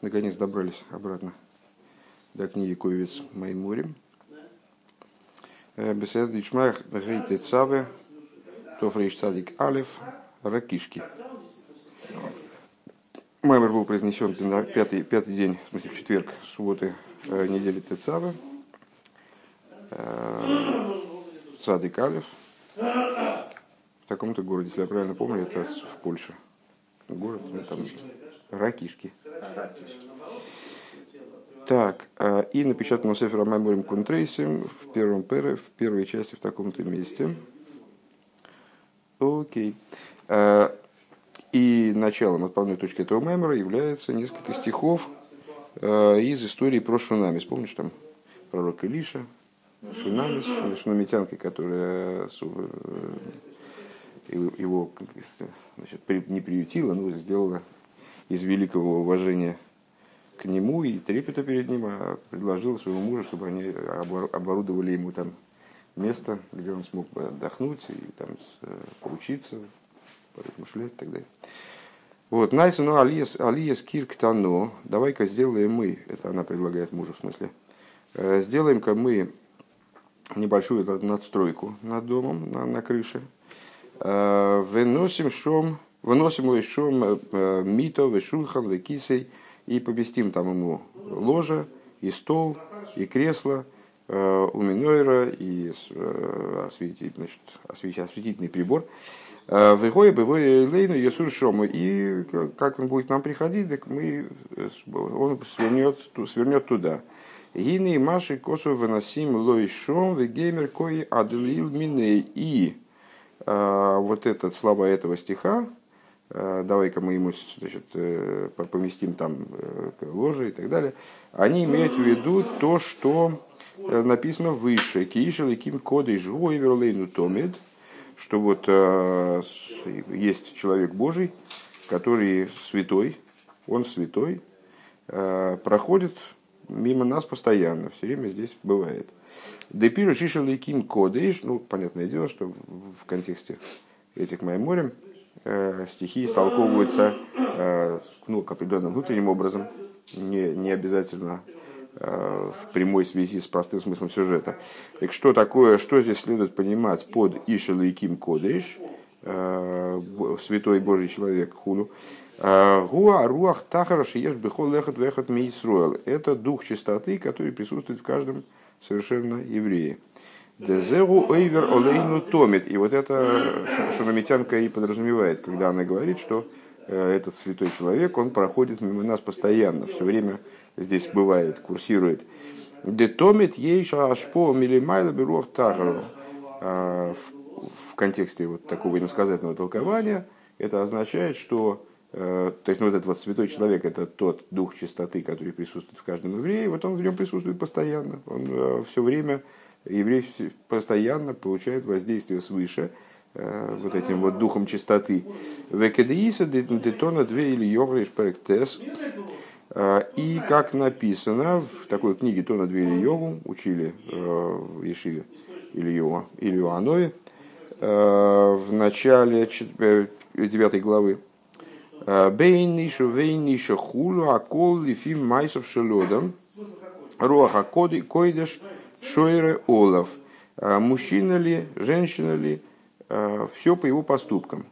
Наконец добрались обратно до книги Ковец Майморим. Беседа Дичмах Гейте Цаве Тофрейш Цадик Алев Ракишки. Маймор был произнесен на пятый день, в смысле в четверг, субботы недели Тецавы. Цадик Алев. В таком-то городе, если я правильно помню, это в Польше. Город, ну, там Ракишки. Так, и напечатано Сефер Майморим Контрейсим в первом пере, в первой части в таком-то месте. Окей. И началом отправной точки этого маймора является несколько стихов из истории про Шунамис. Помнишь, там пророк Илиша, Шунамис, шунамитянка, которая его, значит, не приютила, но сделала из великого уважения к нему и трепета перед ним, а предложила своему мужу, чтобы они оборудовали ему там место, где он смог бы отдохнуть и там поучиться, поразмышлять и так далее. Вот, Найса, ну, Алиес Кирктано, давай-ка сделаем мы, это она предлагает мужу в смысле, сделаем-ка мы небольшую надстройку над домом, на крыше, выносим шом мито, вешулхан, векисей, и поместим там ему ложе, и стол, и кресло, у минойра, и осветительный прибор. Выгоя бывое лейну есур шому. И как он будет к нам приходить, так он свернет туда. Гины маши косу выносим лой шом вегеймер кои адлил миней. И вот этот слова этого стиха, давай-ка мы ему, значит, поместим там ложе и так далее, они имеют в виду то, что написано выше. Киишел и ким коды живой верлейну томид, что вот есть человек Божий, который святой, он святой, проходит мимо нас постоянно, все время здесь бывает. Депиру шишел и ким кодыш, ну, понятное дело, что в контексте этих майморим стихи истолковываются к определенным внутренним образом, не обязательно в прямой связи с простым смыслом сюжета. Так что такое, что здесь следует понимать под Ишел и Ким Кодеш, святой Божий человек Хулу, Гуа Руах Тахараш Еш Бехол Лехот Вехот Мейсруэл. Это дух чистоты, который присутствует в каждом совершенно еврее. Дезеру ойвер олейну томит. И вот это шунамитянка и подразумевает, когда она говорит, что этот святой человек, он проходит мимо нас постоянно, все время здесь бывает, курсирует. Де томит ейша ашпо милимайла берух тахару. В контексте вот такого иносказательного толкования это означает, что то есть, ну, вот этот вот святой человек, это тот дух чистоты, который присутствует в каждом еврее, вот он в нем присутствует постоянно, он все время, еврей постоянно получает воздействие свыше вот этим вот духом чистоты. И как написано в такой книге Тона Две Ильеву, учили в Ешиве Илью Анове, в начале 9 главы, Бейнишу вейнишу хулу акол лифим майсов шелодом руаха койдеш шойре олов. Мужчина ли, женщина ли, все по его поступкам.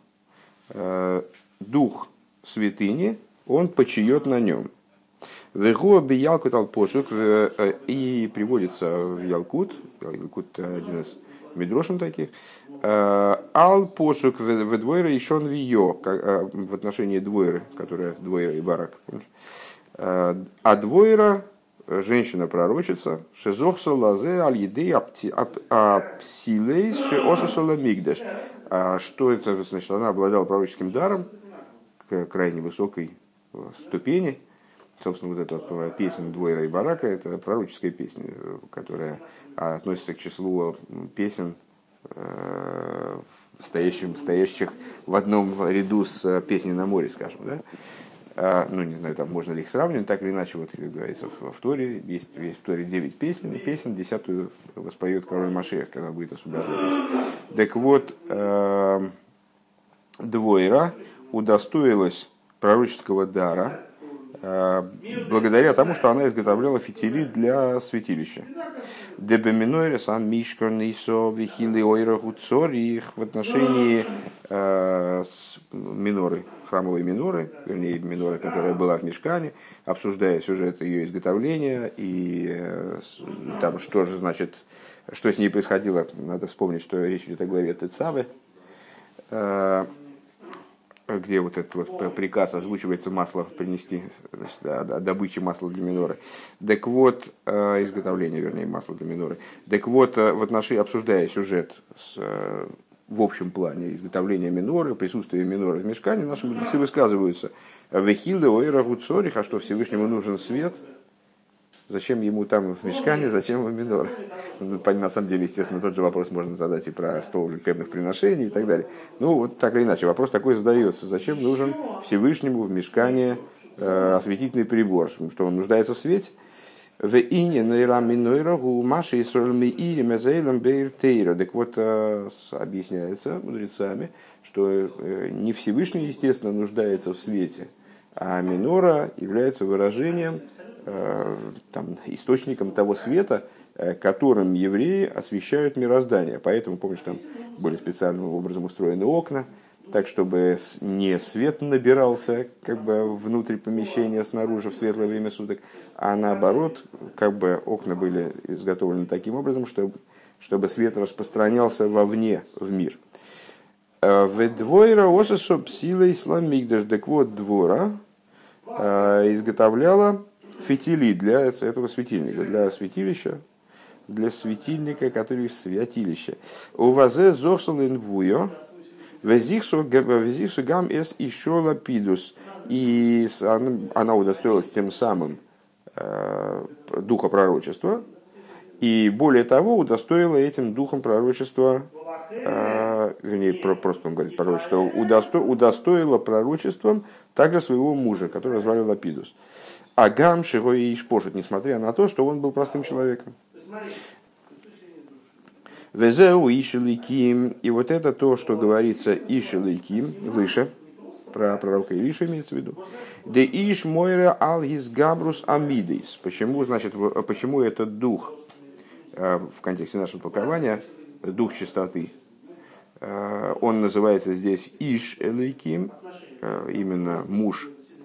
Дух святыни, он почиет на нем. Вегуа би ялкут ал посук, и приводится в Ялкут, Ялкут один из мидрошим таких, ал посук в двойре и шон вио, в отношении двойры, которая двойра и барак, а двойра, женщина-пророчица, шезохса лазе аль еды апсилейс шеосасола мигдеш. Что это значит? Она обладала пророческим даром к крайне высокой ступени. Собственно, вот эта вот песня «Двойра и барака» — это пророческая песня, которая относится к числу песен, стоящих в одном ряду с «Песней на море», скажем, да? Ну, не знаю, там можно ли их сравнивать, так или иначе, вот, как говорится, в Торе, есть в Торе 9 песен, 10-ю воспоет король Машиах, когда будет освобожден. Так вот, Двойра удостоилась пророческого дара благодаря тому, что она изготовляла фитили для святилища. Дебеминойре сан мишкарнисо вихили ойра гуцорих в отношении миноры, храмовой миноры, вернее миноры, которая была в Мишкане, обсуждая сюжет ее изготовления и там что же значит, что с ней происходило. Надо вспомнить, что речь идет о главе Тецаве, где вот этот вот приказ озвучивается масло принести, значит, о добыче масла для миноры. Так вот, изготовление, вернее, масла для миноры. Так вот, в отношении, обсуждая сюжет в общем плане изготовления миноры, присутствия миноры в мишкане, наши мудрецы высказываются: «Вехиле ойра гуцорих», а что Всевышнему нужен свет, зачем ему там в мишкане, зачем ему минора? На самом деле, естественно, тот же вопрос можно задать и про стол хлебных приношений и так далее. Ну, вот так или иначе, вопрос такой задается: зачем нужен Всевышнему в мишкане осветительный прибор, что он нуждается в свете? Так вот, объясняется мудрецами, что не Всевышний, естественно, нуждается в свете, а минора является выражением, источником того света, которым евреи освещают мироздание. Поэтому, помнишь, там были специальным образом устроены окна, так, чтобы не свет набирался внутрь помещения снаружи в светлое время суток, а наоборот, окна были изготовлены таким образом, чтобы свет распространялся вовне, в мир. Ведвойра ососо псила исламигдаш. Так вот, двора изготовляла фитили для этого светильника, для святилища, для светильника, который в святилище. Увазе зохсалин вуйо. Везихсу гам эс еще лапидус. И она удостоилась тем самым духа пророчества. И более того, удостоила этим духом пророчества, вернее, просто он говорит пророчество, удостоила пророчеством также своего мужа, который звали Лапидус. А гам шиго и ишпошет, несмотря на то, что он был простым человеком. Везеу ишеликим, и вот это то, что говорится ишеликим, выше, про пророка Илишу имеется в виду. Де иш мойра ал гис габрус амидейс. Почему этот дух, в контексте нашего толкования, дух чистоты, он называется здесь иш эликим, именно муж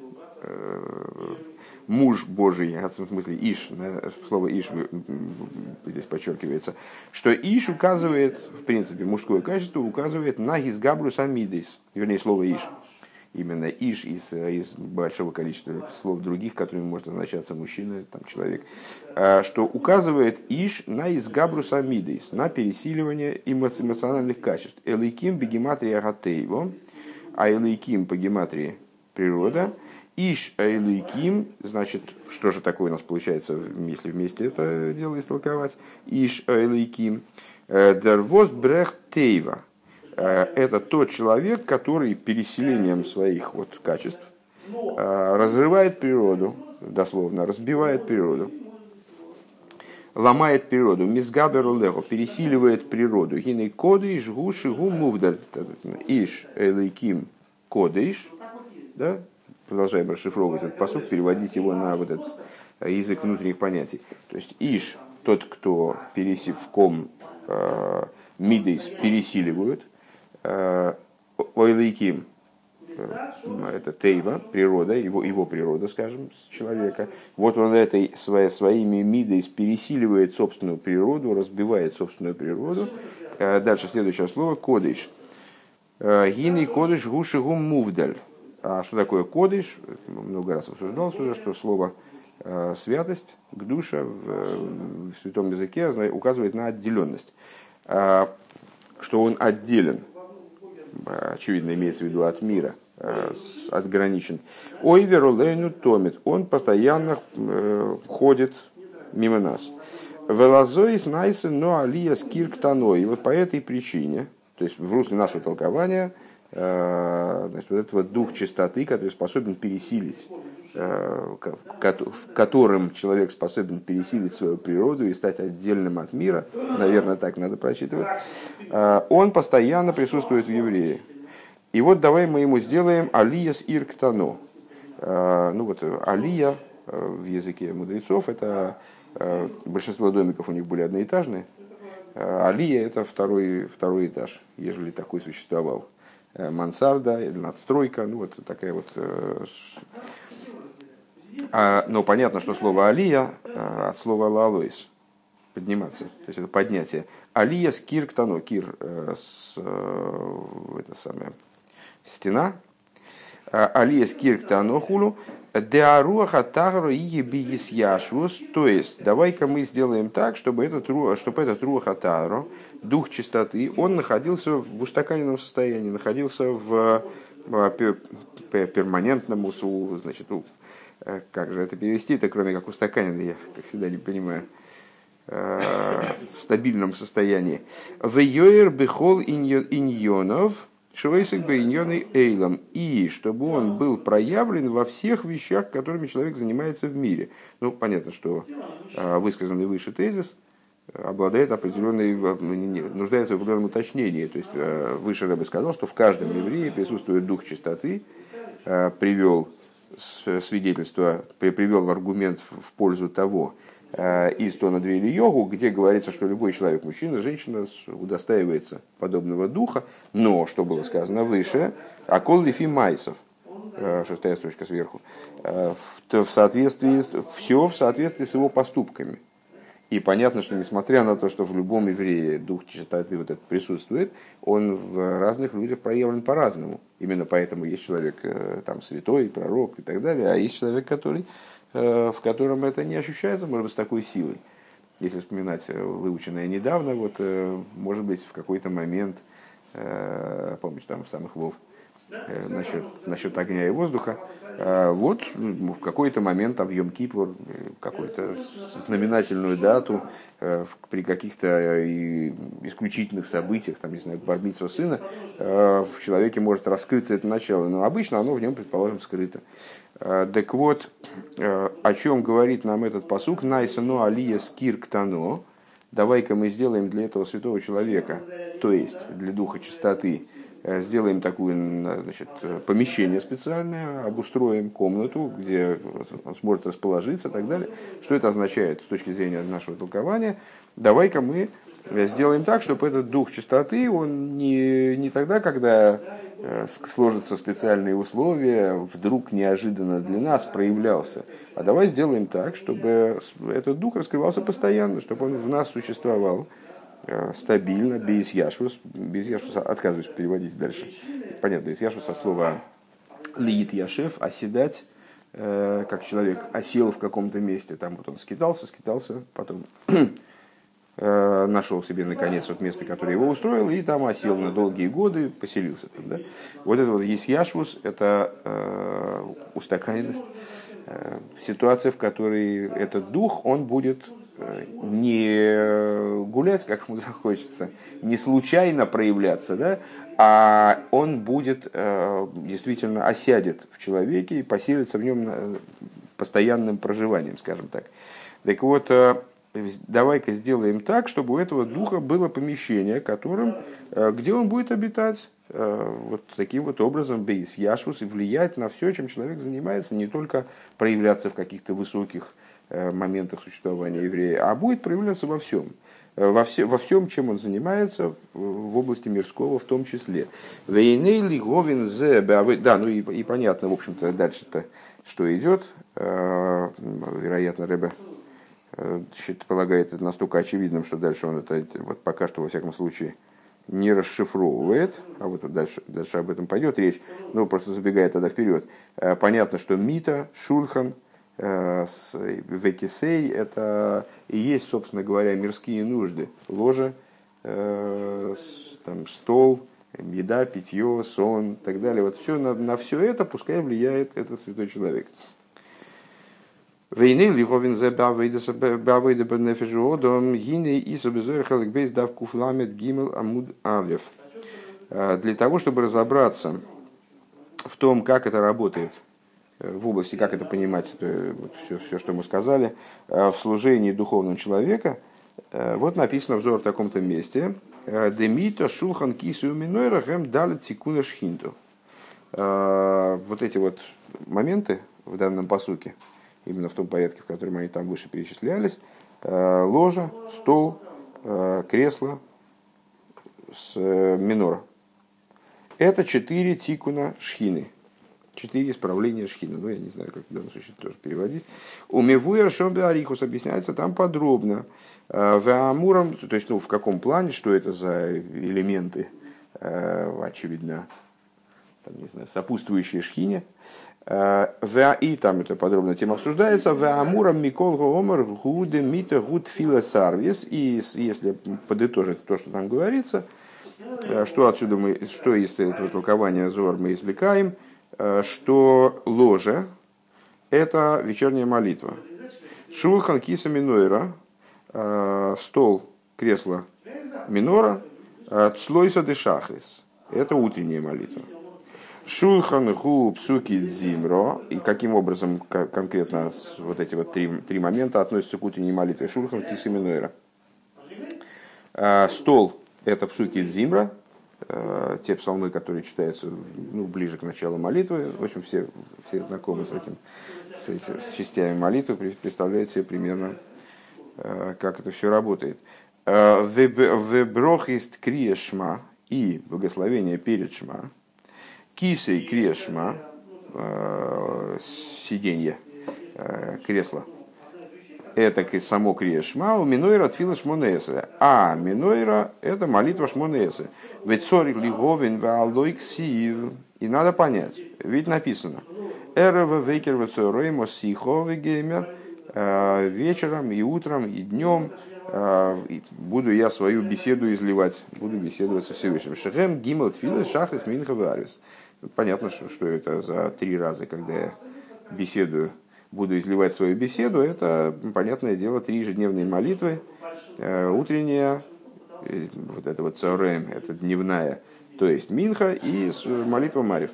Божий, в смысле Иш, слово Иш здесь подчеркивается, что Иш указывает, в принципе, мужское качество указывает на гизгабрус амидис, вернее, слово Иш. Именно Иш из большого количества слов других, которыми может означаться мужчина, человек, что указывает Иш на изгабрус амидис, на пересиливание эмоциональных качеств. Элейким бегематрия гатейво, а элейким по гематрии природа. Иш Айликим, значит, что же такое у нас получается, если вместе это дело истолковать? Иш Айликим. Дервост брех тейва. Это тот человек, который переселением своих качеств разрывает природу, дословно, разбивает природу, ломает природу, мизгаберу лехо, пересиливает природу. Гиней кодыш гуши гу мувдаль. Иш Айликим кодыш, да? Продолжаем расшифровывать этот пасук, переводить его на этот язык внутренних понятий. То есть Иш, тот, кто в ком мидейс пересиливают, Ойлейким, это Тейва, природа, его природа, скажем, человека. Вот он своими мидейс пересиливает собственную природу, разбивает собственную природу. Дальше следующее слово кодыш. Гиней кодыш гуши гум мувдаль. А что такое кодыш? Много раз обсуждалось уже, что слово святость, гдуша в святом языке указывает на отделенность. Что он отделен, очевидно, имеется в виду от мира, отграничен. Ой, веролейну томит, он постоянно ходит мимо нас. Велазоис найсен но алия скирктаной. И вот по этой причине, то есть в русле нашего толкования, значит, вот этот вот дух чистоты, который способен пересилить, которым человек способен пересилить свою природу и стать отдельным от мира, наверное, так надо прочитывать, он постоянно присутствует в еврее. И вот давай мы ему сделаем алиес ирктано, Ну вот алия в языке мудрецов, это большинство домиков у них были одноэтажные. Алия это второй этаж, ежели такой существовал. Мансарда или надстройка, ну вот такая вот. Но понятно, что слово алия от слова лалойс, подниматься, то есть это поднятие. Алия с кир ктано, кир это самое стена. Алия с кир ктано хулу. Деаруаха тагро и ебиис яшвус. То есть, давай-ка мы сделаем так, чтобы этот руаха тагро, дух чистоты, он находился в устаканенном состоянии, находился в перманентном, значит, как же это перевести-то, кроме как устаканенный, я, как всегда, не понимаю, в стабильном состоянии. В йоэр бихол иньонов, швейсик бы иньоны эйлом, и чтобы он был проявлен во всех вещах, которыми человек занимается в мире. Ну, понятно, что высказанный выше тезис обладает определенной, нуждается в определенном уточнении. То есть выше Ребе сказал, что в каждом еврее присутствует дух чистоты, привел свидетельство, привел аргумент в пользу того из Тона Двейли Йогу, где говорится, что любой человек, мужчина, женщина, удостаивается подобного духа, но, что было сказано выше, акол лифи майсов, 6-я строчка сверху, все в соответствии с его поступками. И понятно, что несмотря на то, что в любом еврее дух чистоты вот этот присутствует, он в разных людях проявлен по-разному. Именно поэтому есть человек там, святой, пророк и так далее, а есть человек, в котором это не ощущается, может быть, с такой силой. Если вспоминать выученное недавно, вот, может быть, в какой-то момент, помните, там в самых Вов, насчет огня и воздуха, вот в какой-то момент, там, в Йом-Кипур, какую-то знаменательную дату, при каких-то исключительных событиях, там, не знаю, бар-мицва сына, в человеке может раскрыться это начало, но обычно оно в нем, предположим, скрыто. Так вот, о чем говорит нам этот пасук? Найсану алия скир ктано. Давай-ка мы сделаем для этого святого человека, то есть для духа чистоты, сделаем такое, значит, помещение специальное, обустроим комнату, где он сможет расположиться и так далее. Что это означает с точки зрения нашего толкования? Давай-ка мы сделаем так, чтобы этот дух чистоты, он не тогда, когда сложатся специальные условия, вдруг неожиданно для нас проявлялся, а давай сделаем так, чтобы этот дух раскрывался постоянно, чтобы он в нас существовал стабильно, без яшвус, отказываюсь переводить дальше. Понятно, без яшвус со слова лиит яшев, оседать, как человек осел в каком-то месте, там вот он скитался, потом нашел себе наконец вот место, которое его устроило, и там осел на долгие годы, поселился там, да? Вот это вот есть яшвус, это устаканенность, ситуация, в которой этот дух, он будет не гулять, как ему захочется, не случайно проявляться, да, а он будет действительно осядет в человеке и поселится в нем постоянным проживанием, скажем так. Так вот, давай-ка сделаем так, чтобы у этого духа было помещение, где он будет обитать вот таким вот образом, бейс яшвус, и влиять на все, чем человек занимается, не только проявляться в каких-то высоких моментах существования еврея, а будет проявляться во всем. Во всем, чем он занимается, в области мирского в том числе. Да, ну и понятно, в общем-то, дальше-то, что идет. Вероятно, Ребе полагает это настолько очевидным, что дальше он это вот пока что, во всяком случае, не расшифровывает, а вот дальше об этом пойдет речь, но просто забегая тогда вперед. Понятно, что мита, шульхан, векисей, это и есть, собственно говоря, мирские нужды. Ложе, там, стол, еда, питье, сон и так далее. Вот все, на все это пускай влияет этот святой человек. Для того, чтобы разобраться в том, как это работает, в области, как это понимать, вот все, что мы сказали, в служении духовного человека, вот написано в таком-то месте: «Демита шулхан кису минойра гэм далит тикуна шхинту». Вот эти вот моменты, в данном пасуке, именно в том порядке, в котором они там выше перечислялись, ложа, стол, кресло, минора. Это 4 тикуна шхины. 4 исправления шхины. Ну, я не знаю, как в данном случае тоже переводить. У Мевуэр Шомбе Арихус объясняется там подробно. В Амуром, то есть, в каком плане, что это за элементы, очевидно, там, не знаю, сопутствующие шхине. И там это подробно тема обсуждается. В Амуром Микол Гоомер Гуде Мита Гуд Фила Сарвис. И если подытожить то, что там говорится, что отсюда что из этого толкования Зоар мы извлекаем, что ложа – это вечерняя молитва. Шулхан киса минойра, стол, кресло минора, цлойса де шахрис – это утренняя молитва. Шулхан гу псуки дзимро, и каким образом конкретно вот эти вот три момента относятся к утренней молитве. Шулхан киса минойра. Стол – это псуки дзимра, те псалмы, которые читаются ближе к началу молитвы. В общем, все знакомы с частями молитвы, представляют себе примерно, как это все работает. Веброхист криешма и благословение перед шма, кисей криешма, сиденье, кресло. Это само крия шма, у минойра тфила шмонесы. А минойра – это молитва шмонесы. Ведь сорик лиговин ваалдойк сив. И надо понять, ведь написано «Эрва вейкер вецороймо сиховый геймер» вечером и утром и днем буду я свою беседу изливать, буду беседовать со Всевышним. Шехем гимел тфилас шахрис минха варис. Понятно, что это за 3 раза, когда я беседую, буду изливать свою беседу, это, понятное дело, 3 ежедневные молитвы. Утренняя, вот это вот царэм, это дневная, то есть минха и молитва Марев.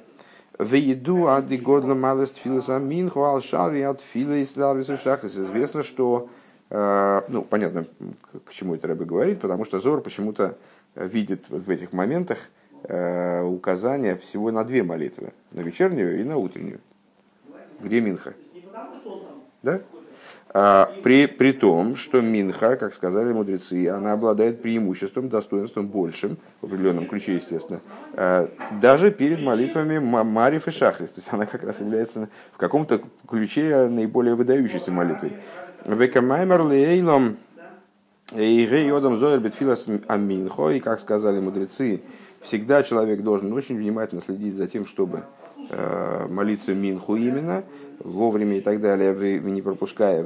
Известно, что, понятно, к чему это Ребе говорит, потому что Зор почему-то видит вот в этих моментах указания всего на 2 молитвы, на вечернюю и на утреннюю. Где минха? Да? При том, что минха, как сказали мудрецы, она обладает преимуществом, достоинством большим, в определенном ключе, естественно, даже перед молитвами Марев и Шахрис. То есть она как раз является в каком-то ключе наиболее выдающейся молитвой. Векамаймер лейлом эйгейодам зоэр бетфилас аминхо. И, как сказали мудрецы, всегда человек должен очень внимательно следить за тем, чтобы молиться минху именно, вовремя и так далее, не пропуская.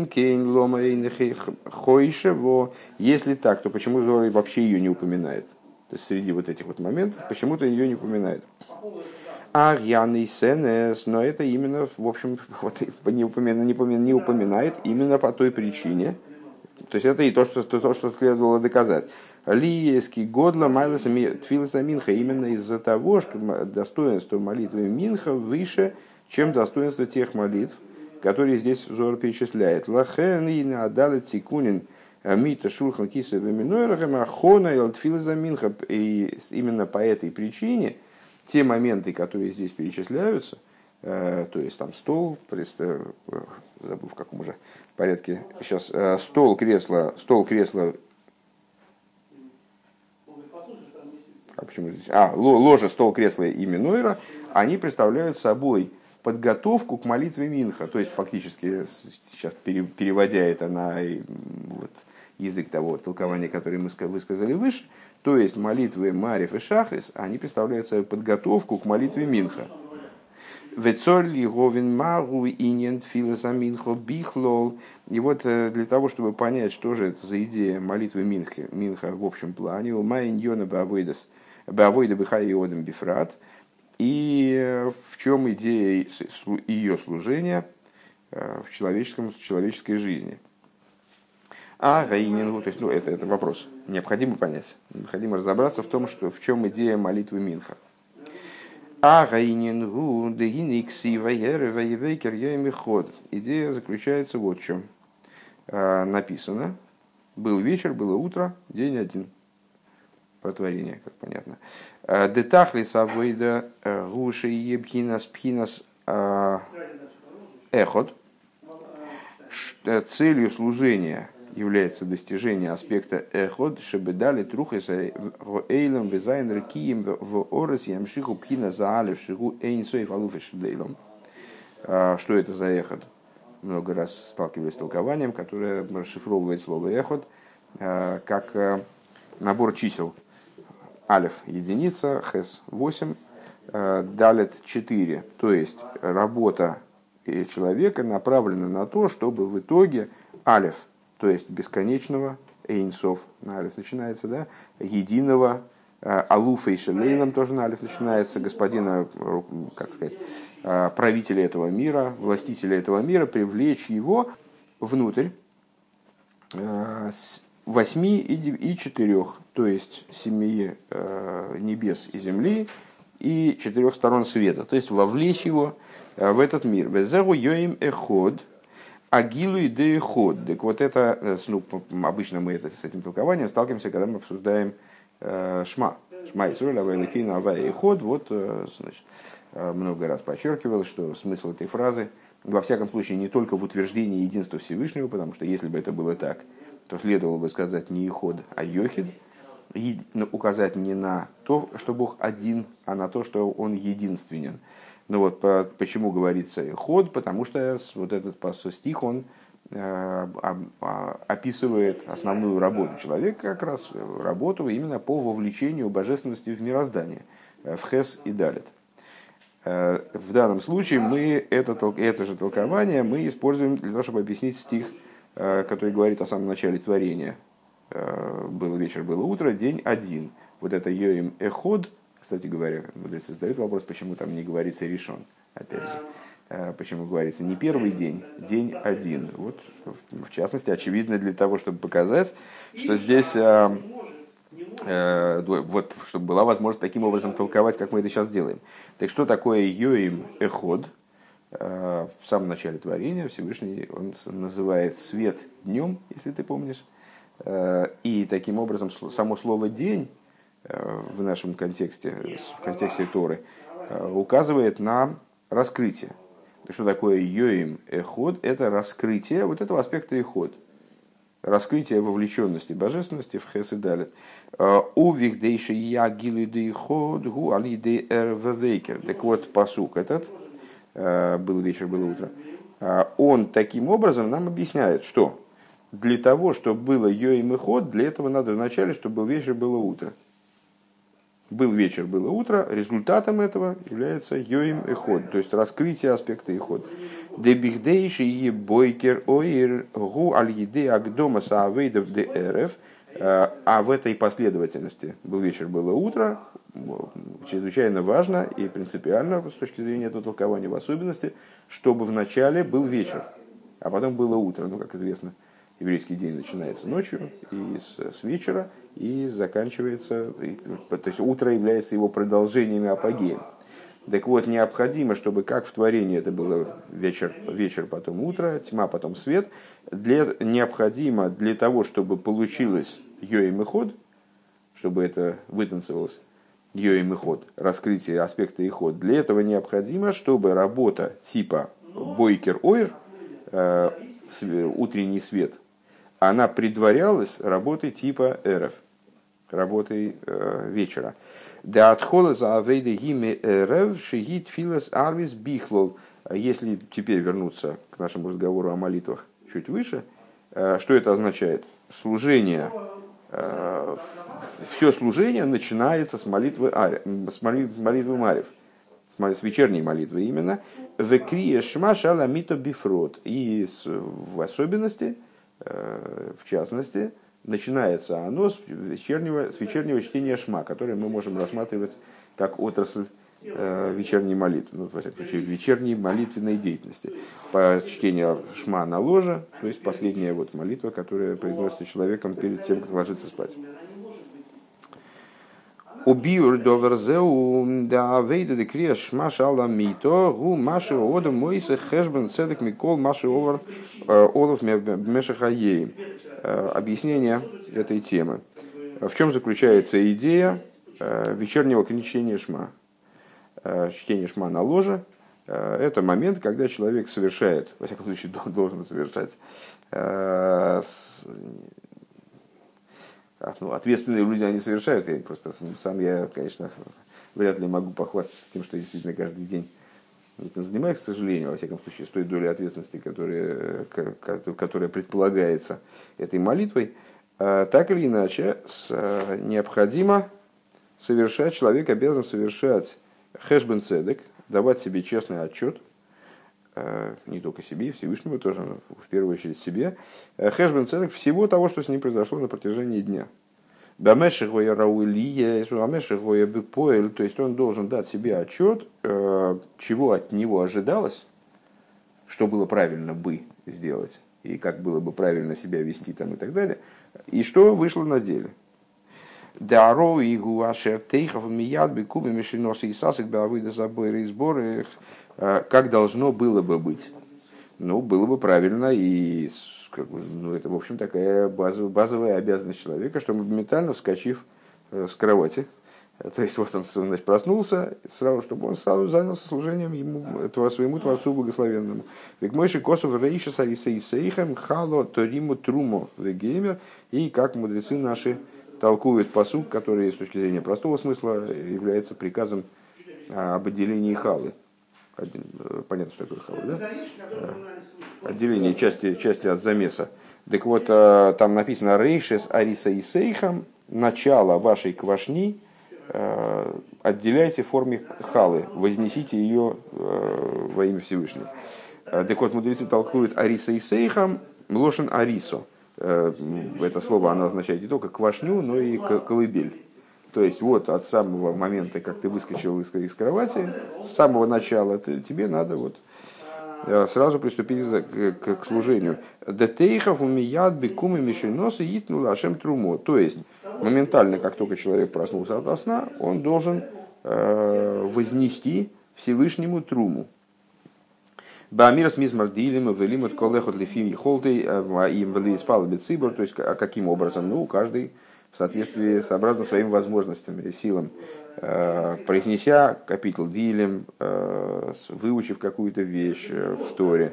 Если так, то почему Зор вообще ее не упоминает? То есть среди вот этих вот моментов почему-то ее не упоминает. А Яный Сенес, но это именно, в общем, вот, не упоминает именно по той причине. То есть это и то, что следовало доказать. Лиеский годла майласа тфиласа минха, именно из-за того, что достоинство молитвы минха выше, чем достоинство тех молитв, которые здесь Зор перечисляет. Лахен и надали цикунин мита шулхан киса веминойрахем ахона и тфиласа минха. И именно по этой причине те моменты, которые здесь перечисляются, то есть там стол, забыл в каком уже порядке, сейчас стол, кресло, почему здесь? Ложа, стол, кресло и минойра, они представляют собой подготовку к молитве минха. То есть, фактически, сейчас переводя это на язык того толкования, которое мы высказали выше, то есть, молитвы Марев и Шахрис, они представляют собой подготовку к молитве минха. И вот для того, чтобы понять, что же это за идея молитвы минха в общем плане, и в чем идея ее служения в человеческой жизни. Гаинингу, то есть, это вопрос, необходимо понять, необходимо разобраться в том, в чем идея молитвы минха. Гаинингу, дегиникси, вайеры, вайвейкер, йоймиход. Идея заключается вот в чем. Написано, был вечер, было утро, день один. Про творение, как понятно. Детахли савойда гуши ебхинас пхинас эход. Целью служения является достижение аспекта эход, чтобы дали трухеса эйлом визайн рекием в орес ямшиху пхина заалев шигу эйнсоев алуфешдейлом. Что это за эход? Много раз сталкивались с толкованием, которое расшифровывает слово эход как набор чисел. Алеф единица, хес 8, далет 4. То есть работа человека направлена на то, чтобы в итоге алеф, то есть бесконечного, эйнсов, на алеф начинается, да, единого, алуфа и шелейлом тоже на алеф начинается, господина, как сказать, правителя этого мира, властителя этого мира, привлечь его внутрь 8 и 4, то есть 7 небес и земли и 4 сторон света, то есть вовлечь его в этот мир. Везеру йоим эход, агилу и де эход. Так вот это, ну, обычно мы с этим толкованием сталкиваемся, когда мы обсуждаем шма. Шма Исроль, авай лекейну, авай эход. Вот, значит, много раз подчеркивал, что смысл этой фразы, во всяком случае, не только в утверждении единства Всевышнего, потому что если бы это было так, то следовало бы сказать не эход, а йохид, и указать не на то, что Бог один, а на то, что Он единственен. Ну вот почему говорится эход, потому что вот этот стих, он описывает основную работу человека, как раз работу именно по вовлечению божественности в мироздание, в хес и далит. В данном случае мы это же толкование мы используем для того, чтобы объяснить стих, который говорит о самом начале творения. Был вечер, было утро, день один. Вот это йоим эход. Кстати говоря, мудрецы задают вопрос, почему там не говорится решен. Опять же, почему говорится не первый день, день один. Вот, в частности, очевидно для того, чтобы показать, что здесь, вот, чтобы была возможность таким образом толковать, как мы это сейчас делаем. Так что такое йоим эход? В самом начале творения Всевышний он называет свет днем, если ты помнишь. И таким образом само слово «день» в нашем контексте, в контексте Торы, указывает на раскрытие. Что такое йоим эход? Это раскрытие вот этого аспекта эход. Раскрытие вовлеченности божественности в хес и далит. Увих дейши я гилу де эход гу али де эрвевейкер. Так вот, пасук этот, был вечер, было утро, он таким образом нам объясняет, что для того, чтобы было йоим эход, для этого надо вначале, чтобы был вечер, было утро. Был вечер, было утро, результатом этого является йоим эход, то есть раскрытие аспекта эход. Дебихдейши и бойкер оир гу аль еде агдома саавейдов де эрев. А в этой последовательности был вечер, было утро, чрезвычайно важно и принципиально с точки зрения этого толкования в особенности, чтобы вначале был вечер, а потом было утро. Ну, как известно, еврейский день начинается ночью и с вечера и заканчивается, то есть утро является его продолжением и апогеем. Так вот, необходимо, чтобы как в творении это было вечер, потом утро, тьма, потом свет, необходимо для того, чтобы получилось йоим эход, чтобы это вытанцевалось, йоим эход, раскрытие аспекта эход, для этого необходимо, чтобы работа типа бойкер ойр, утренний свет, она предварялась работой типа эрев, работой вечера. Да отхода за авейда гиме эрев шигит филас арвис бихлол. Если теперь вернуться к нашему разговору о молитвах чуть выше, что это означает? Служение, все служение начинается с молитвы Марев, с вечерней молитвы именно. Векрия шма шала мито бифрот. И в особенности, в частности, начинается оно с вечернего чтения шма, которое мы можем рассматривать как отрасль вечерней молитвы, ну, во всяком случае, вечерней молитвенной деятельности. По чтению шма на ложе, то есть последняя вот молитва, которая произносится человеком перед тем, как ложиться спать. Убиур доверзеу да вейда декрия шма шала мито гу маши одам мойсе хэшбен цедек микол маши овар олов мешахаей. Объяснение этой темы. В чем заключается идея вечернего чтения шма? Чтение шма на ложе, Это момент, когда человек совершает, во всяком случае, должен совершать. Ответственные люди, они совершают. Я, конечно, вряд ли могу похвастаться тем, что действительно каждый день этим занимаюсь, к сожалению, во всяком случае, с той долей ответственности, которая предполагается этой молитвой. Так или иначе, необходимо совершать, человек обязан совершать хэшбен цедек, давать себе честный отчет, не только себе, Всевышнему тоже, но в первую очередь себе, хэшбен цедек всего того, что с ним произошло на протяжении дня. То есть он должен дать себе отчет, чего от него ожидалось, что было правильно бы сделать, и как было бы правильно себя вести там, и так далее, и что вышло на деле. Как должно было бы быть? Было бы правильно, и это, в общем, такая базовая обязанность человека, что моментально вскочив с кровати, то есть вот он, значит, проснулся, чтобы он сразу занялся служением своему Творцу Благословенному. Векмойши косов рейша сариса и сейхем хало ториму труму вегеймер. И как мудрецы наши толкуют пасук, который с точки зрения простого смысла является приказом об отделении халы. Понятно, что такое хала, да? Отделение части от замеса. Так вот, там написано «Рейшес ариса и сейхам», начало вашей квашни отделяйте в форме халы, вознесите ее во имя Всевышнего. Так вот, мудрецы толкуют «Ариса и сейхам» лошен «Арисо». Это слово оно означает не только квашню, но и колыбель. То есть вот от самого момента, как ты выскочил из кровати, с самого начала тебе надо сразу приступить к служению. Детейхов умият бекумы мишеносы итнула ашем трумо. То есть моментально, как только человек проснулся ото сна, он должен вознести Всевышнему труму. Баамирас мизмардилим велимут колехот лифим холтей им велиспал бецибор. То есть каким образом? Каждый в соответствии, сообразно своим возможностям и силам, произнеся капитул дилем, выучив какую-то вещь в Торе,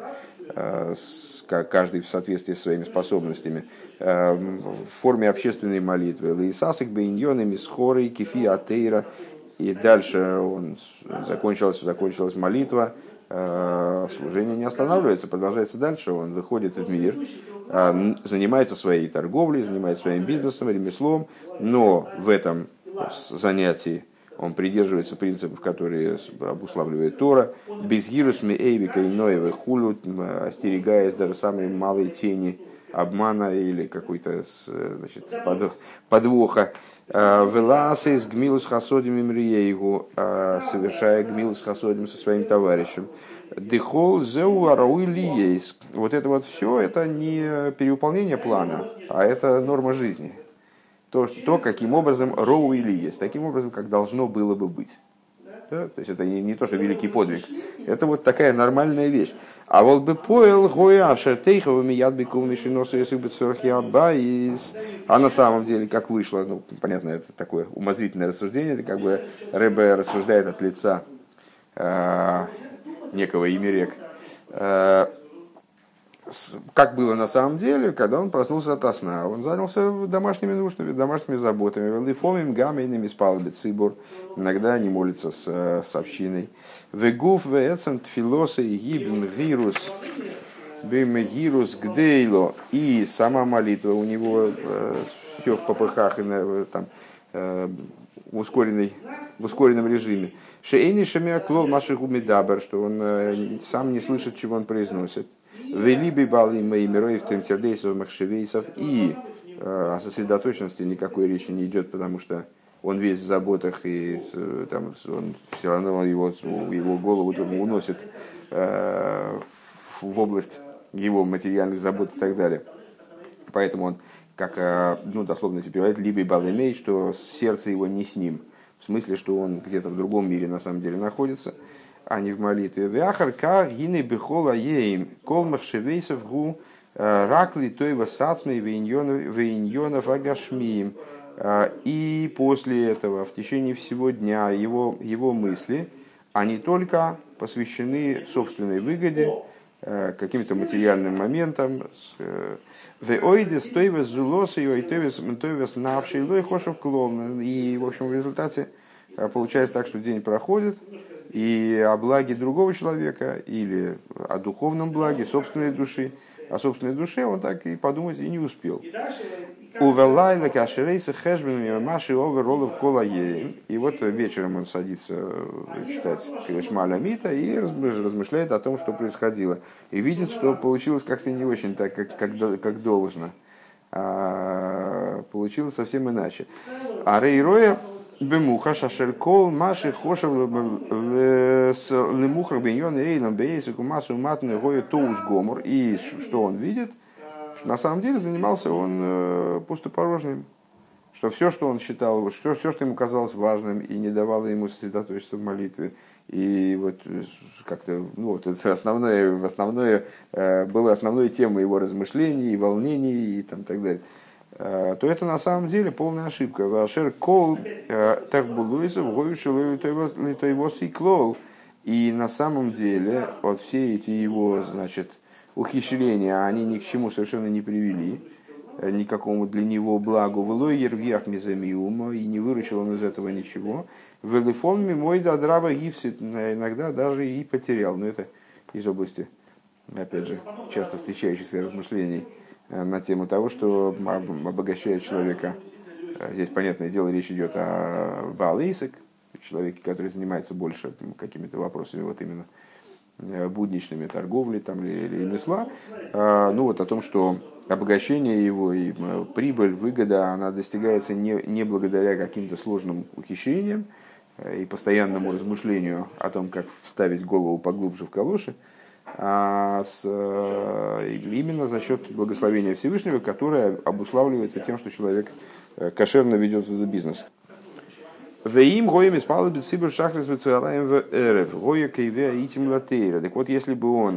каждый в соответствии со своими способностями, в форме общественной молитвы. Лейсасик бейньоны мисхорой кефи атейра. И дальше закончилась молитва. Служение не останавливается, продолжается дальше. Он выходит в мир, занимается своей торговлей, занимается своим бизнесом, ремеслом, но в этом занятии он придерживается принципов, которые обуславливает Тора, без гирусми эйвика и ноевы хулют, остерегаясь даже самой малой тени обмана или какой-то, значит, подвоха. Веласы с гмилус хасодим имриейгу, совершая гмилус хасодим со своим товарищем. Дыхол зеу арауи лиейс. Вот это вот все, это не переуполнение плана, а это норма жизни. То каким образом роуи лиейс, таким образом, как должно было бы быть. Да? То есть это не то, что великий подвиг. Это вот такая нормальная вещь. А вот бы поел гоя шертейховыми ядбикум мишиносу если бы цорхиабаис. А на самом деле, как вышло, понятно, это такое умозрительное рассуждение, это как бы Ребе рассуждает от лица некого Имерек. Как было на самом деле, когда он проснулся ото сна, он занялся домашними нуждами, домашними заботами. Лифомим гамейными спал бецибур. Иногда они молятся с общиной. Вегуф веэцем тфилоса и гибн гирус бимегирус гдейло. И сама молитва у него все в попыхах и там в ускоренном режиме. Шейни шемиаклол машиху медабер, что он сам не слышит, чего он произносит. Велиби бали меймероев темтердейсов махшевейсов. И о сосредоточенности никакой речи не идет, потому что он весь в заботах, и там, он, все равно его голову уносит в область его материальных забот и так далее. Поэтому он, как дословно если переводить, либо балимей, что сердце его не с ним. В смысле, что он где-то в другом мире на самом деле находится, а не в молитве. Вяхарка гины бихола еим кол махшевейсов гу ракли той васацмей вейньонов агашмиим. И после этого, в течение всего дня, его мысли, они только посвящены собственной выгоде, каким-то материальным моментам. И, в общем, в результате получается так, что день проходит, и о благе другого человека или о духовном благе собственной души, о собственной душе он так и подумать и не успел. И вот вечером он садится читать Шма Ламита и размышляет о том, что происходило. И видит, что получилось как-то не очень так, как должно. Получилось совсем иначе. А Рейроя бемуха шашеркол маши хошев лемухр беньон эйлом бейсику массу матный гоя тоус гомор. И что он видит? На самом деле занимался он пустопорожним, что все, что он считал, все, что ему казалось важным и не давало ему сосредоточиться в молитве, и вот как-то, вот это основное было основной темой его размышлений и волнений и так далее, то это на самом деле полная ошибка. Вашер кол так булуисов его сиклол. И на самом деле вот все эти его, значит, ухищрения, они ни к чему совершенно не привели, никакому для него благу. Влой ервьях мизамиума, и не выручил он из этого ничего. Велифон мой дадрава гипсит, иногда даже и потерял. Но это из области, опять же, часто встречающихся размышлений на тему того, что обогащает человека. Здесь, понятное дело, речь идет о Баал-Эйсек, человеке, который занимается больше какими-то вопросами, вот именно будничными, торговли там, или ремесла, ну вот о том, что обогащение его и прибыль, выгода, она достигается не благодаря каким-то сложным ухищрениям и постоянному размышлению о том, как вставить голову поглубже в калоши, а именно за счет благословения Всевышнего, которое обуславливается тем, что человек кошерно ведет этот бизнес. Веим гоем испал бицибр шахрис бицуараем в эрев гоя кайве итим латейра. Так вот, если бы он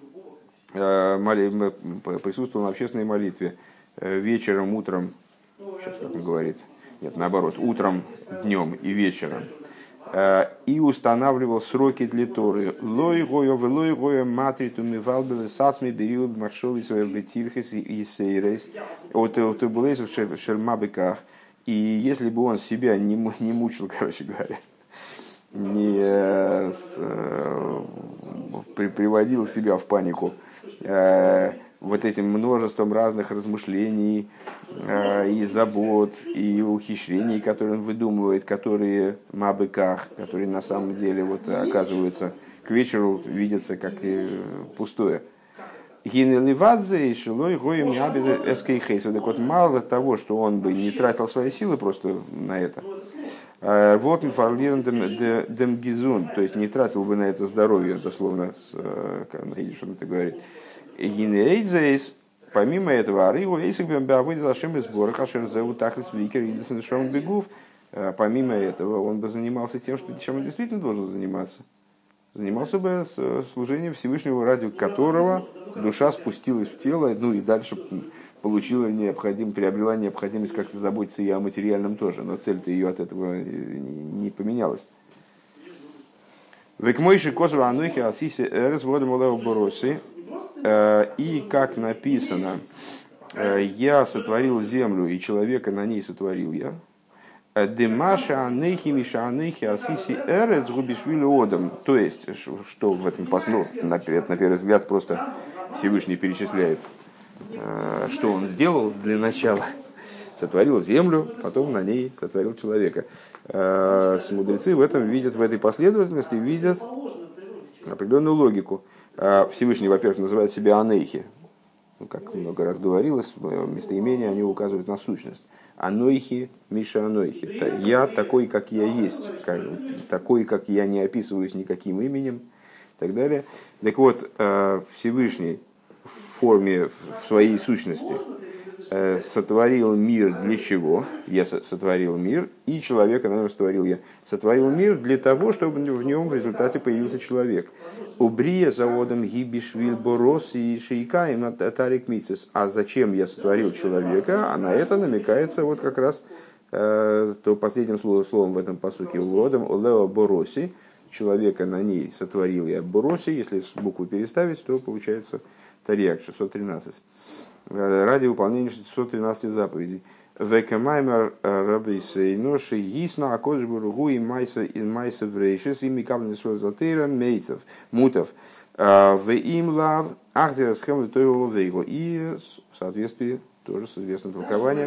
присутствовал на общественной молитве вечером, утром, сейчас как он говорит, нет, наоборот, утром, днем и вечером, и устанавливал сроки для Торы, лой гоя матриту мивалбелы сацми бериуд маршови своей ветирхес и сейрес от тубулезов шермабеках. И если бы он себя не мучил, короче говоря, не приводил себя в панику вот этим множеством разных размышлений и забот, и ухищрений, которые он выдумывает, которые мабыках, которые на самом деле вот, оказываются к вечеру видятся как пустое. Так вот, мало того, что он бы не тратил свои силы просто на это, вот демгизун, то есть не тратил бы на это здоровье, дословно, видишь, что он это говорит. Помимо этого, помимо этого, он бы занимался тем, чем он действительно должен заниматься. Занимался бы служением Всевышнего, ради которого душа спустилась в тело, ну и дальше приобрела необходимость как-то заботиться и о материальном тоже, но цель-то ее от этого не поменялась. И как написано, я сотворил землю, и человека на ней сотворил я. Демаша анехи миша анехи асиси эрец губишвили одам. То есть, что в этом послу, на первый взгляд, просто Всевышний перечисляет, что он сделал для начала. Сотворил землю, потом на ней сотворил человека. Мудрецы в этом видят, в этой последовательности видят определенную логику. Всевышний, во-первых, называет себя анехи. Ну, как много раз говорилось, местоимения они указывают на сущность. Анойхи, Миша Анойхи. Я такой, как я есть, такой, как я не описываюсь никаким именем, и так далее. Так вот, Всевышний в форме, в своей сущности сотворил мир для чего? Я сотворил мир, и человека, наверное, сотворил я. Сотворил мир для того, чтобы в нем в результате появился человек. Убрия заводом гибишвиль борос и шейкаем на тарик мицис. А зачем я сотворил человека? А на это намекается вот как раз то последним словом в этом пасуке. Водом олео бороси. человека на ней сотворил я броси, если букву переставить, то получается Тарьяк 613. Ради выполнения 613 заповедей. Векамаймер рабисейноши гисна акодж буругу и майса врейшис и микавлен суэлзатейра мейцев мутов в им лав ахзера схему тойло вейго. И в соответствии тоже с известным толкованием,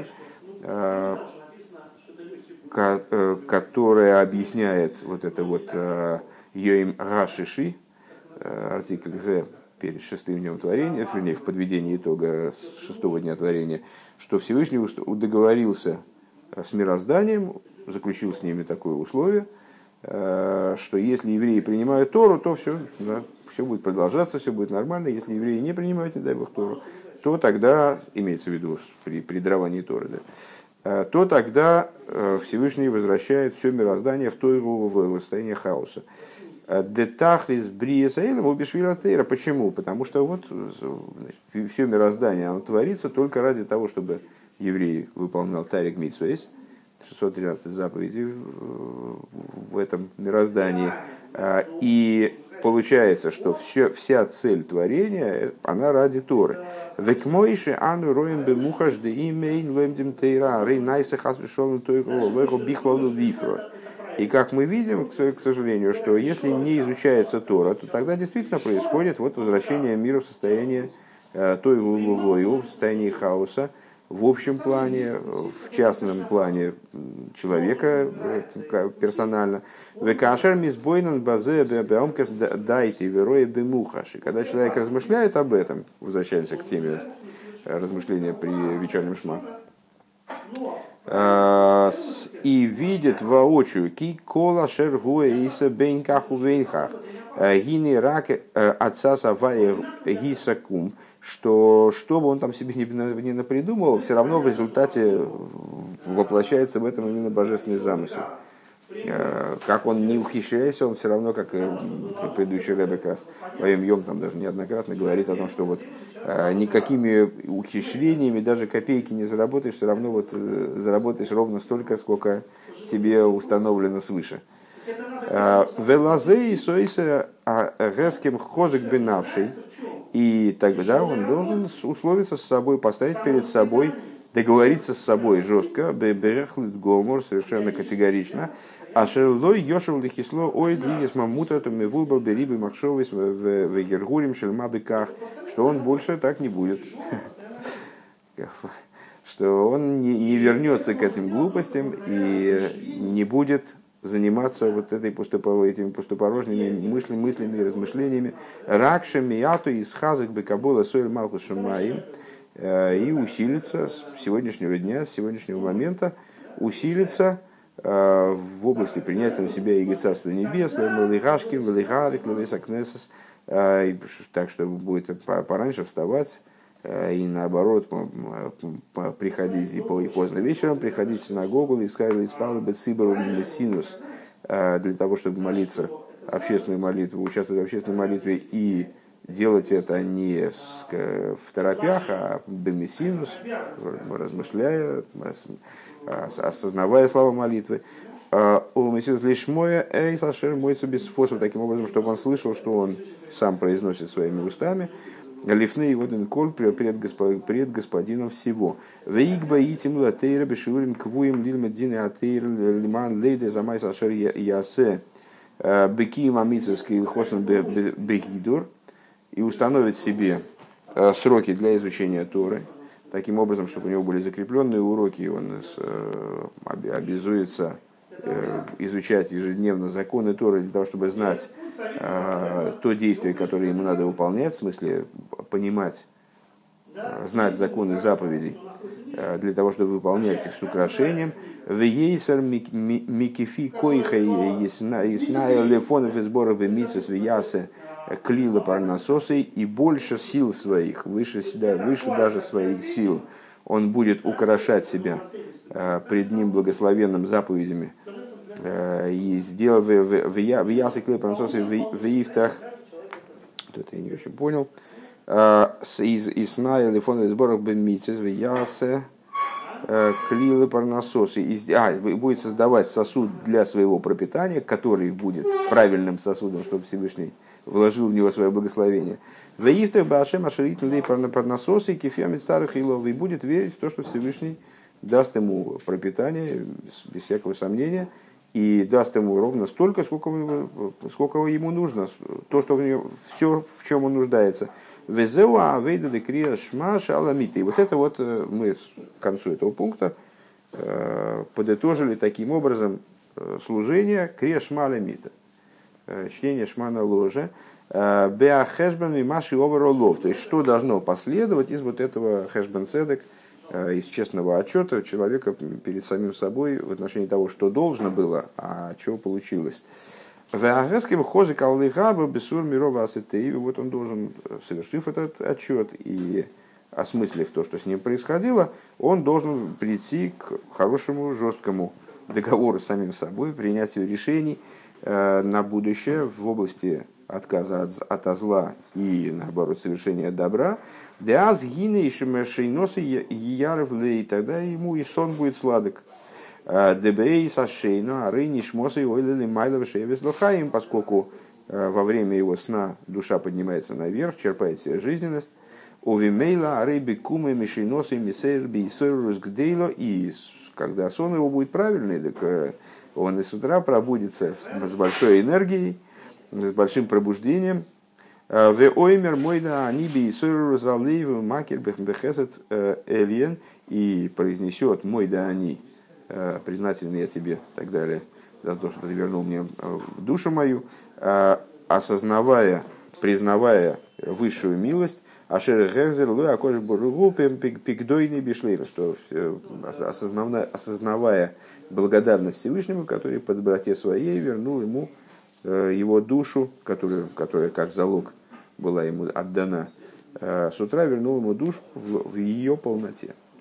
которое объясняет вот это вот йоим гашиши, артикль «г» перед шестым днем творения, в подведении итога шестого дня творения, что Всевышний договорился с мирозданием, заключил с ними такое условие, что если евреи принимают Тору, то все, да, все будет продолжаться, все будет нормально. Если евреи не принимают, не дай Бог, Тору, то тогда, имеется в виду при даровании Торы, да, то тогда Всевышний возвращает все мироздание в Тору в состояние хаоса. Детахлис бриесаилом убишвила тейра. Почему? Потому что вот все мироздание оно творится только ради того, чтобы еврей выполнял тарик митсвейс, 613 заповедей в этом мироздании. И получается, что вся цель творения, она ради Торы. Векмойши ану роем бемухаш де имейн лоемдим тейра рей найса хасбешолн тойру вэго бихлалу вифро. И как мы видим, к сожалению, что если не изучается Тора, то тогда действительно происходит вот возвращение мира в состояние той в состоянии хаоса, в общем плане, в частном плане человека персонально. Векашер мисбойнан базе беамкас дайте верое бемухаши. Когда человек размышляет об этом, возвращаемся к теме размышления при вечернем шма, и видит воочию ки кола шергуэ иса бейнках увейнках гини рак отца савая гисакум, что бы он там себе не напридумывал, все равно в результате воплощается в этом именно божественный замысел. Как он не ухищряется, он все равно, как предыдущий Ребе как раз Ваем Йом там даже неоднократно говорит о том, что вот никакими ухищрениями даже копейки не заработаешь, все равно вот заработаешь ровно столько, сколько тебе установлено свыше. Велазей сойса геским хозик бенавший, и тогда он должен условиться с собой, поставить перед собой, договориться с собой жестко, берехлит гомор, совершенно категорично, а шерлой йошев лихисло ой длинес мамута то мевулбал берибы махшовис в гергурим шельмабыках, что он больше так не будет, что он не вернется к этим глупостям и не будет заниматься вот этими пустопорожними мыслями и размышлениями. Ракшами яту из хазак бекабола сойль малхус шамаим, и усилится с сегодняшнего дня, с сегодняшнего момента, усилится в области принятия на себя иго Царства Небес, так что будет пораньше вставать и наоборот приходить и поздно вечером, приходить в синагогу, искать спал бы цибору синус для того, чтобы молиться общественную молитву, участвовать в общественной молитве и делать это не в торопях, а бемесинус, размышляя, осознавая слова молитвы. Таким образом, чтобы он слышал, что он сам произносит своими устами. Лифны его коль пред господином всего. Вейгба итим латейра бешурим квуим лильмедины атейр лиман лейде замай сашер ясе бекиим амитсовский хосен бегидур. И установить себе сроки для изучения Торы, таким образом, чтобы у него были закрепленные уроки, и он обязуется изучать ежедневно законы Торы для того, чтобы знать то действие, которое ему надо выполнять, в смысле понимать, знать законы заповедей, для того, чтобы выполнять их с украшением. Вейсер микифи койха ясная лефонов и сборов и митсвес виясе клила парнасосой, и больше сил своих, выше даже своих сил, он будет украшать себя пред ним благословенным заповедями. И сделав в ясе клила парнасосой в ифтах, это я не очень понял, из сная лефонов и сборов бемитсвес виясе клилы парнасосы, будет создавать сосуд для своего пропитания, который будет правильным сосудом, чтобы Всевышний вложил в него свое благословение. Ваифтах башем ашерит лей парнасосы кефиамит старых илов, и будет верить в то, что Всевышний даст ему пропитание, без всякого сомнения, и даст ему ровно столько, сколько ему нужно, то, что все, в чем он нуждается. Везеуа вейда де крия шма шаламита. И вот это вот мы к концу этого пункта подытожили таким образом служение крия шма ламита, чтение шма на ложе, беахешбен и маши оверолов. То есть что должно последовать из вот этого хэшбен седек, из честного отчета человека перед самим собой в отношении того, что должно было, а чего получилось. Вот он должен, совершив этот отчет и осмыслив то, что с ним происходило, он должен прийти к хорошему, жесткому договору с самим собой, принятию решений на будущее в области отказа от зла и, наоборот, совершения добра. Тогда ему и сон будет сладок. Дебей сашейну, ары нишмосы ойлили майлов шевес лохаим, поскольку во время его сна душа поднимается наверх, черпает себе жизненность. Увимейла ары бекумы мишейносы мисейр бейсойрус гдейло, и когда сон его будет правильный, так он и с утра пробудится с большой энергией, с большим пробуждением. В оймер мойда они бейсойрус алейву макер бехесет эльен, и произнесет мойда они, признательный я тебе, и так далее, за то, что ты вернул мне душу мою, осознавая, признавая высшую милость, что осознавая благодарность Всевышнему, который по доброте своей вернул ему его душу, которая как залог была ему отдана, с утра вернул ему душу в ее полноте.